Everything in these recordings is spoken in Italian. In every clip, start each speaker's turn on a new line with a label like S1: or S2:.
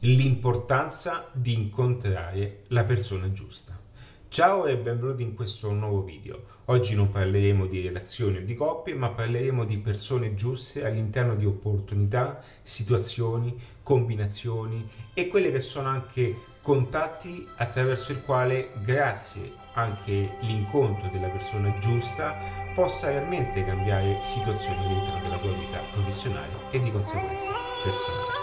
S1: l'importanza di incontrare la persona giusta. Ciao e benvenuti in questo nuovo video. Oggi non parleremo di relazioni o di coppie, ma parleremo di persone giuste all'interno di opportunità, situazioni, combinazioni e quelle che sono anche contatti attraverso il quale, grazie anche l'incontro della persona giusta, possa realmente cambiare situazioni all'interno della tua vita professionale e di conseguenza personale.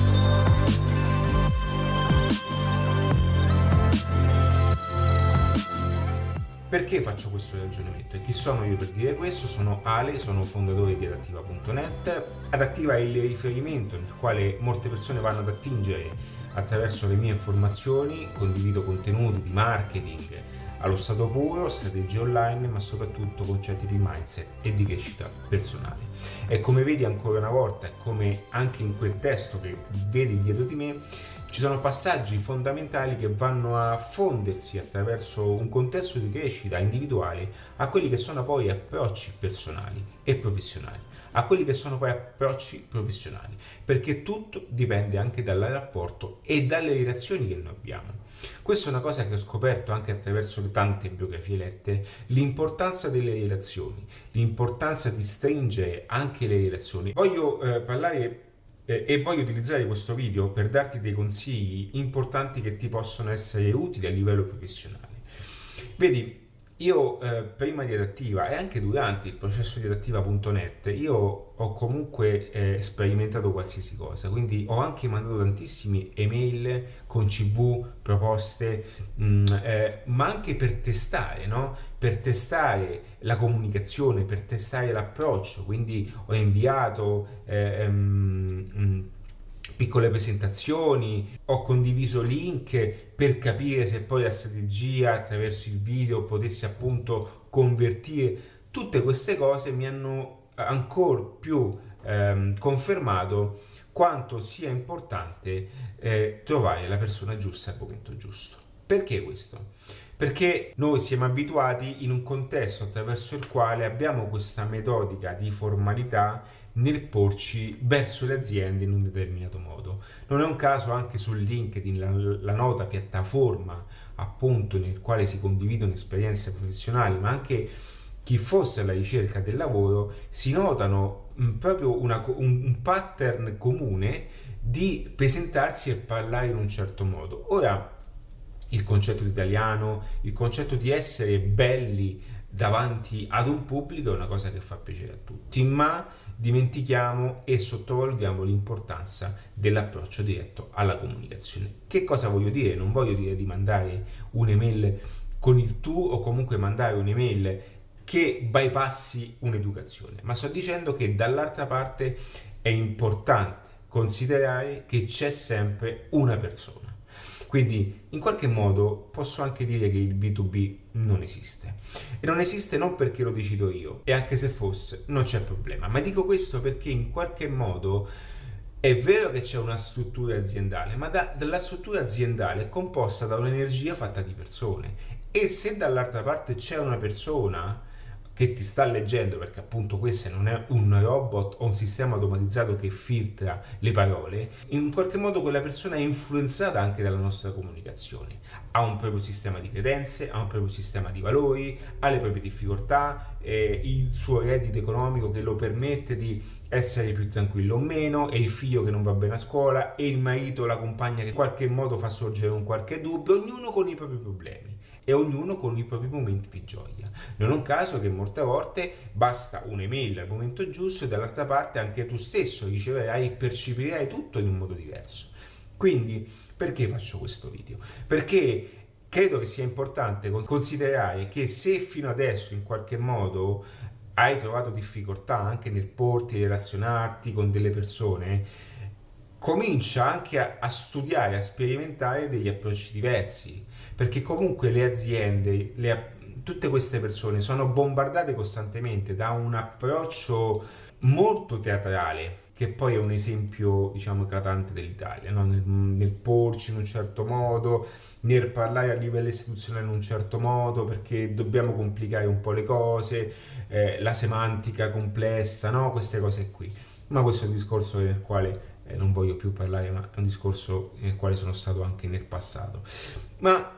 S1: Perché faccio questo ragionamento? E chi sono io per dire questo? Sono Ale, sono fondatore di Adattiva.net. Adattiva è il riferimento nel quale molte persone vanno ad attingere attraverso le mie informazioni, condivido contenuti di marketing allo stato puro, strategie online, ma soprattutto concetti di mindset e di crescita personale. E come vedi ancora una volta, come anche in quel testo che vedi dietro di me, ci sono passaggi fondamentali che vanno a fondersi attraverso un contesto di crescita individuale a quelli che sono poi approcci personali e professionali, perché tutto dipende anche dal rapporto e dalle relazioni che noi abbiamo. Questa è una cosa che ho scoperto anche attraverso le tante biografie lette, l'importanza delle relazioni, l'importanza di stringere anche le relazioni. Voglio parlare e voglio utilizzare questo video per darti dei consigli importanti che ti possono essere utili a livello professionale. Vedi, io prima di Adattiva e anche durante il processo di Adattiva.net io ho comunque sperimentato qualsiasi cosa, quindi ho anche mandato tantissime email con CV, proposte, ma anche per testare, no? Per testare la comunicazione, per testare l'approccio, quindi ho inviato piccole presentazioni, ho condiviso link per capire se poi la strategia attraverso il video potesse appunto convertire. Tutte queste cose mi hanno ancora più confermato quanto sia importante trovare la persona giusta al momento giusto. Perché questo? Perché noi siamo abituati in un contesto attraverso il quale abbiamo questa metodica di formalità nel porci verso le aziende in un determinato modo. Non è un caso anche su LinkedIn, la nota piattaforma appunto nel quale si condividono esperienze professionali, ma anche chi fosse alla ricerca del lavoro, si notano proprio un pattern comune di presentarsi e parlare in un certo modo. Ora, il concetto di italiano, il concetto di essere belli davanti ad un pubblico è una cosa che fa piacere a tutti, ma dimentichiamo e sottovalutiamo l'importanza dell'approccio diretto alla comunicazione. Che cosa voglio dire? Non voglio dire di mandare un'email con il tu o comunque mandare un'email che bypassi un'educazione, ma sto dicendo che dall'altra parte è importante considerare che c'è sempre una persona. Quindi in qualche modo posso anche dire che il B2B non esiste. E non esiste non perché lo decido io, e anche se fosse non c'è problema, ma dico questo perché in qualche modo è vero che c'è una struttura aziendale, ma dalla struttura aziendale è composta da un'energia fatta di persone, e se dall'altra parte c'è una persona che ti sta leggendo, perché appunto questo non è un robot o un sistema automatizzato che filtra le parole, in qualche modo quella persona è influenzata anche dalla nostra comunicazione, ha un proprio sistema di credenze, ha un proprio sistema di valori, ha le proprie difficoltà, il suo reddito economico che lo permette di essere più tranquillo o meno, e il figlio che non va bene a scuola, e il marito, la compagna che in qualche modo fa sorgere un qualche dubbio, ognuno con i propri problemi e ognuno con i propri momenti di gioia. Non è un caso che molte volte basta un'email al momento giusto e dall'altra parte anche tu stesso riceverai e percepirai tutto in un modo diverso. Quindi perché faccio questo video? Perché credo che sia importante considerare che se fino adesso in qualche modo hai trovato difficoltà anche nel porti e relazionarti con delle persone, comincia anche a studiare, a sperimentare degli approcci diversi, perché comunque le aziende, tutte queste persone sono bombardate costantemente da un approccio molto teatrale, che poi è un esempio, diciamo, eclatante dell'Italia, no? Nel porci in un certo modo, nel parlare a livello istituzionale in un certo modo, perché dobbiamo complicare un po' le cose, la semantica complessa, no? Queste cose qui. Ma questo è un discorso nel quale non voglio più parlare, ma è un discorso nel quale sono stato anche nel passato. Ma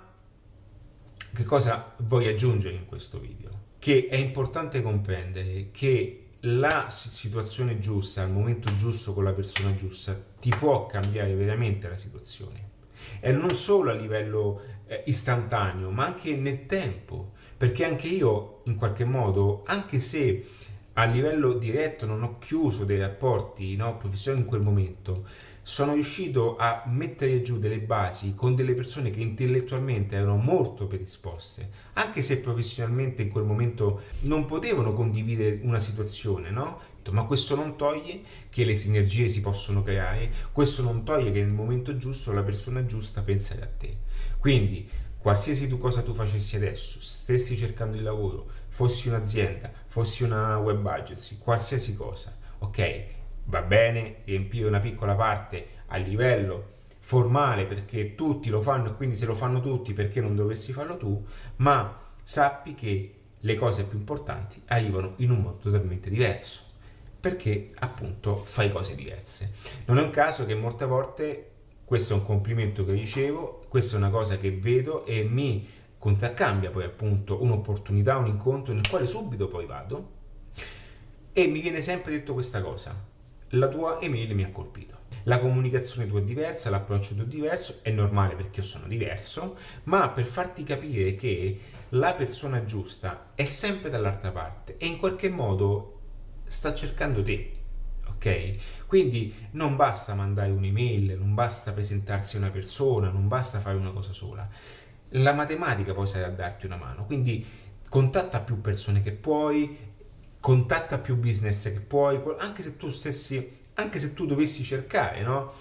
S1: che cosa voglio aggiungere in questo video? Che è importante comprendere che la situazione giusta, al momento giusto, con la persona giusta, ti può cambiare veramente la situazione. E non solo a livello istantaneo, ma anche nel tempo. Perché anche io, in qualche modo, anche se a livello diretto non ho chiuso dei rapporti, no, professionali in quel momento, sono riuscito a mettere giù delle basi con delle persone che intellettualmente erano molto predisposte, anche se professionalmente in quel momento non potevano condividere una situazione, no? Ma questo non toglie che le sinergie si possono creare, questo non toglie che nel momento giusto la persona giusta penserà a te. Quindi, qualsiasi cosa tu facessi adesso, stessi cercando il lavoro, fossi un'azienda, fossi una web agency, qualsiasi cosa, ok? Va bene riempire una piccola parte a livello formale perché tutti lo fanno e quindi se lo fanno tutti perché non dovresti farlo tu, ma sappi che le cose più importanti arrivano in un modo totalmente diverso perché appunto fai cose diverse. Non è un caso che molte volte questo è un complimento che ricevo, questa è una cosa che vedo e mi contraccambia poi appunto un'opportunità, un incontro nel quale subito poi vado e mi viene sempre detto questa cosa: la tua email mi ha colpito. La comunicazione tua è diversa, l'approccio tuo è diverso, è normale perché io sono diverso, ma per farti capire che la persona giusta è sempre dall'altra parte e in qualche modo sta cercando te, ok? Quindi non basta mandare un'email, non basta presentarsi a una persona, non basta fare una cosa sola. La matematica poi sarà a darti una mano, quindi contatta più persone che puoi, contatta più business che puoi, anche se tu stessi, anche se tu dovessi cercare, no?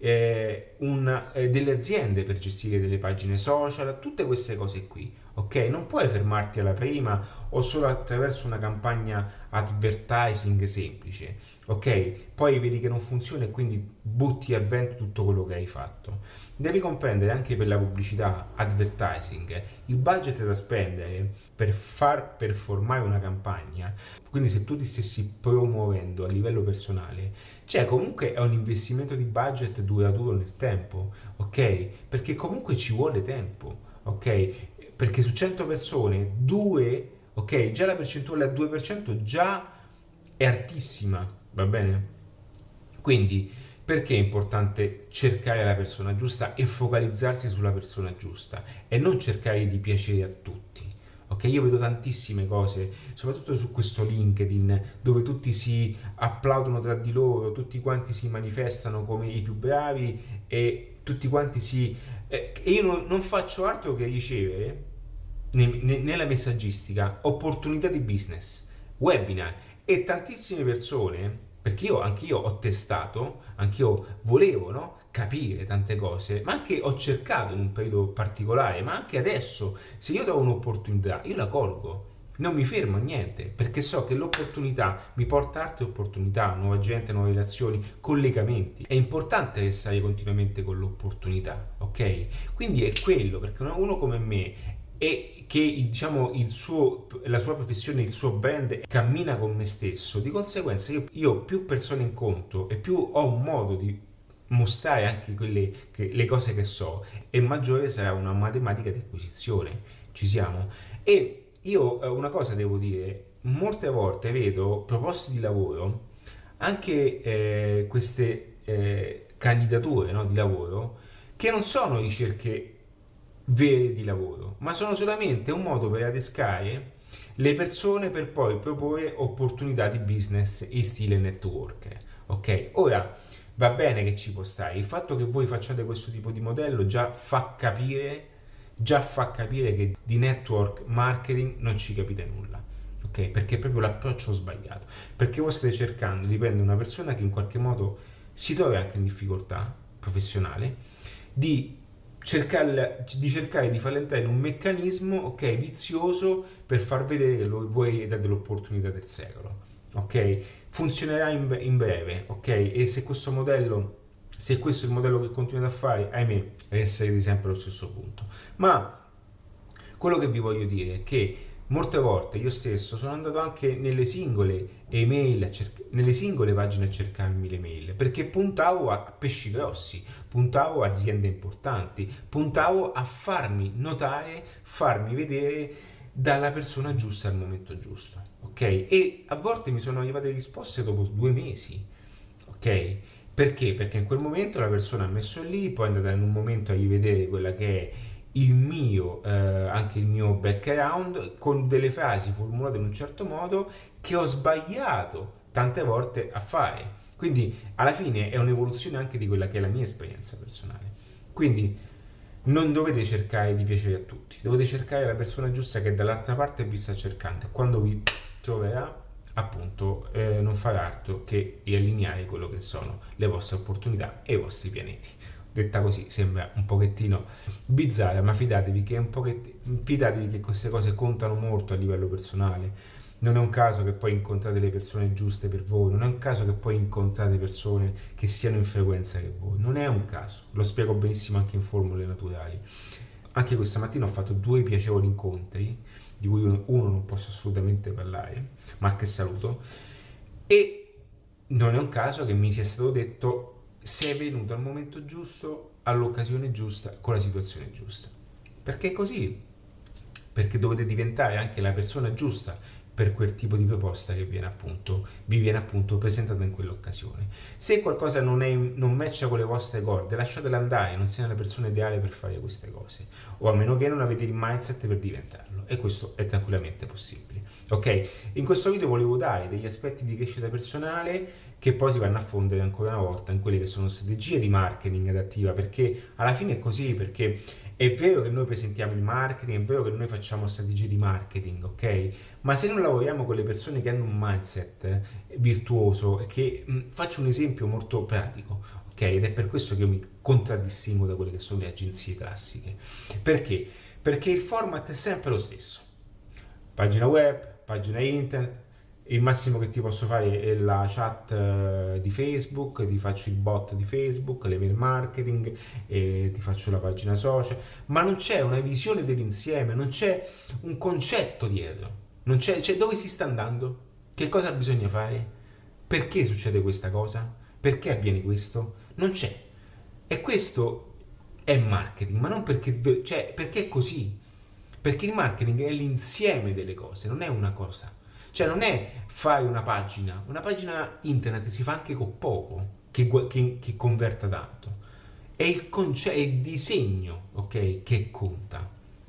S1: Delle aziende per gestire delle pagine social, tutte queste cose qui, ok? Non puoi fermarti alla prima o solo attraverso una campagna advertising semplice, ok? Poi vedi che non funziona e quindi butti al vento tutto quello che hai fatto. Devi comprendere anche per la pubblicità, advertising, il budget da spendere per far performare una campagna. Quindi se tu ti stessi promuovendo a livello personale, cioè comunque è un investimento di budget duraturo nel tempo, ok? Perché comunque ci vuole tempo, ok? Perché su 100 persone, 2, ok? Già la percentuale a 2% già è altissima, va bene? Quindi perché è importante cercare la persona giusta e focalizzarsi sulla persona giusta e non cercare di piacere a tutti? Ok, io vedo tantissime cose, soprattutto su questo LinkedIn, dove tutti si applaudono tra di loro, tutti quanti si manifestano come i più bravi e tutti quanti si... e io non faccio altro che ricevere nella messaggistica opportunità di business, webinar e tantissime persone, perché anche io ho testato, anche io volevo, no, capire tante cose, ma anche ho cercato in un periodo particolare, ma anche adesso, se io do un'opportunità, io la colgo, non mi fermo a niente, perché so che l'opportunità mi porta altre opportunità, nuova gente, nuove relazioni, collegamenti. È importante restare continuamente con l'opportunità, ok? Quindi è quello, perché uno come me e che diciamo la sua professione, il suo brand cammina con me stesso, di conseguenza io più persone incontro e più ho un modo di mostrare anche le cose che so e maggiore sarà una matematica di acquisizione, ci siamo. E io una cosa devo dire, molte volte vedo proposte di lavoro, anche queste candidature, no, di lavoro, che non sono ricerche vere di lavoro, ma sono solamente un modo per adescare le persone per poi proporre opportunità di business in stile network. Ok, ora va bene che ci può stare, il fatto che voi facciate questo tipo di modello già fa capire che di network marketing non ci capite nulla. Ok, perché è proprio l'approccio sbagliato, perché voi state cercando di prendere una persona che in qualche modo si trova anche in difficoltà professionale, di cercare di farla entrare in un meccanismo, ok, vizioso per far vedere che voi date l'opportunità del secolo, ok? Funzionerà in breve, ok? E se questo è il modello che continuate a fare, ahimè, resterete sempre allo stesso punto. Ma quello che vi voglio dire è che Molte volte io stesso sono andato anche nelle singole email, nelle singole pagine a cercarmi le mail, perché puntavo a pesci grossi, puntavo a aziende importanti, puntavo a farmi notare, farmi vedere dalla persona giusta al momento giusto, ok? E a volte mi sono arrivate risposte dopo 2 mesi, ok? Perché? Perché in quel momento la persona ha messo lì, poi è andata in un momento a rivedere quella che è il mio, anche il mio background, con delle frasi formulate in un certo modo che ho sbagliato tante volte a fare. Quindi alla fine è un'evoluzione anche di quella che è la mia esperienza personale. Quindi non dovete cercare di piacere a tutti, dovete cercare la persona giusta che dall'altra parte vi sta cercando, e quando vi troverà, appunto, non farà altro che riallineare quello che sono le vostre opportunità e i vostri pianeti. Detta così sembra un pochettino bizzarra, ma fidatevi che queste cose contano molto a livello personale. Non è un caso che poi incontrate le persone giuste per voi, non è un caso che poi incontrate persone che siano in frequenza che voi, non è un caso, lo spiego benissimo anche in formule naturali. Anche questa mattina ho fatto 2 piacevoli incontri, di cui uno non posso assolutamente parlare, ma che saluto, e non è un caso che mi sia stato detto: sei venuto al momento giusto, all'occasione giusta, con la situazione giusta. Perché è così, perché dovete diventare anche la persona giusta per quel tipo di proposta che vi viene appunto presentata in quell'occasione. Se qualcosa non matcha con le vostre corde, lasciatela andare, non siete la persona ideale per fare queste cose, o a meno che non avete il mindset per diventarlo, e questo è tranquillamente possibile. Ok? In questo video volevo dare degli aspetti di crescita personale che poi si vanno a fondere ancora una volta in quelle che sono strategie di marketing adattiva, perché alla fine è così, perché è vero che noi presentiamo il marketing, è vero che noi facciamo strategie di marketing, ok? Ma se non lavoriamo con le persone che hanno un mindset virtuoso, faccio un esempio molto pratico, ok? Ed è per questo che io mi contraddistingo da quelle che sono le agenzie classiche. Perché? Perché il format è sempre lo stesso. Pagina web, pagina internet, il massimo che ti posso fare è la chat di Facebook, ti faccio il bot di Facebook, l'email marketing, ti faccio la pagina social, ma non c'è una visione dell'insieme, non c'è un concetto dietro, non c'è dove si sta andando, che cosa bisogna fare, perché succede questa cosa, perché avviene questo, non c'è. E questo è marketing, ma non perché è così, perché il marketing è l'insieme delle cose, non è una cosa. Cioè non è fare una pagina internet si fa anche con poco, che converta tanto. È il disegno, ok, che conta.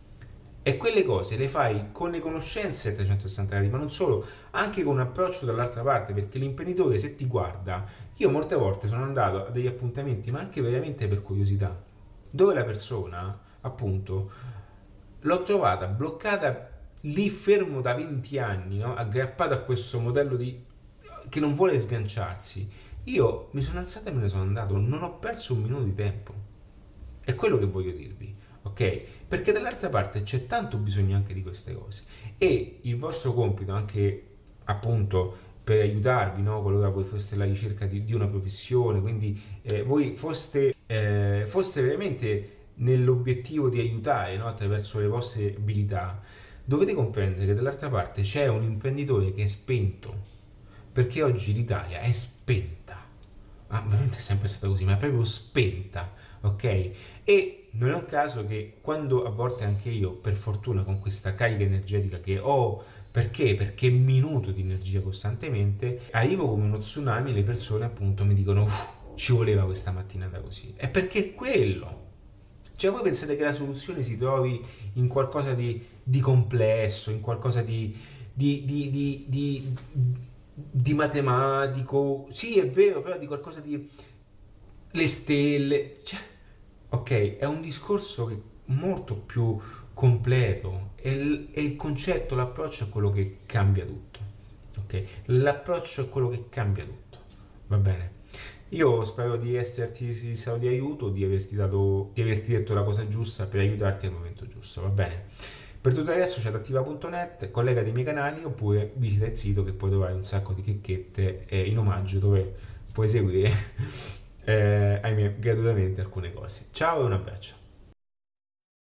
S1: E quelle cose le fai con le conoscenze a 360 gradi, ma non solo, anche con un approccio dall'altra parte, perché l'imprenditore, se ti guarda, io molte volte sono andato a degli appuntamenti, ma anche veramente per curiosità, dove la persona, appunto, l'ho trovata bloccata lì fermo da 20 anni, no? Aggrappato a questo modello che non vuole sganciarsi. Io mi sono alzato e me ne sono andato, non ho perso un minuto di tempo. È quello che voglio dirvi, ok? Perché dall'altra parte c'è tanto bisogno anche di queste cose, e il vostro compito anche, appunto, per aiutarvi, no? Qualora voi foste alla ricerca di una professione, quindi voi foste veramente nell'obiettivo di aiutare, no? Attraverso le vostre abilità, dovete comprendere che dall'altra parte c'è un imprenditore che è spento, perché oggi l'Italia è spenta, veramente è sempre stata così, ma è proprio spenta, ok? E non è un caso che quando a volte anche io, per fortuna, con questa carica energetica che ho, perché minuto di energia costantemente, arrivo come uno tsunami e le persone appunto mi dicono: ci voleva questa mattinata così, è perché è quello. Cioè voi pensate che la soluzione si trovi in qualcosa di complesso, in qualcosa di matematico? Sì, è vero, però di qualcosa di... le stelle... Cioè, ok, è un discorso che molto più completo, e il concetto, l'approccio è quello che cambia tutto, ok? L'approccio è quello che cambia tutto, va bene? Io spero di esserti stato di aiuto, di averti detto la cosa giusta per aiutarti al momento giusto, va bene? Per tutto adesso c'è attiva.net, collegati ai miei canali, oppure visita il sito, che puoi trovare un sacco di chicchette in omaggio, dove puoi seguire ahimè, gratuitamente alcune cose. Ciao e un abbraccio.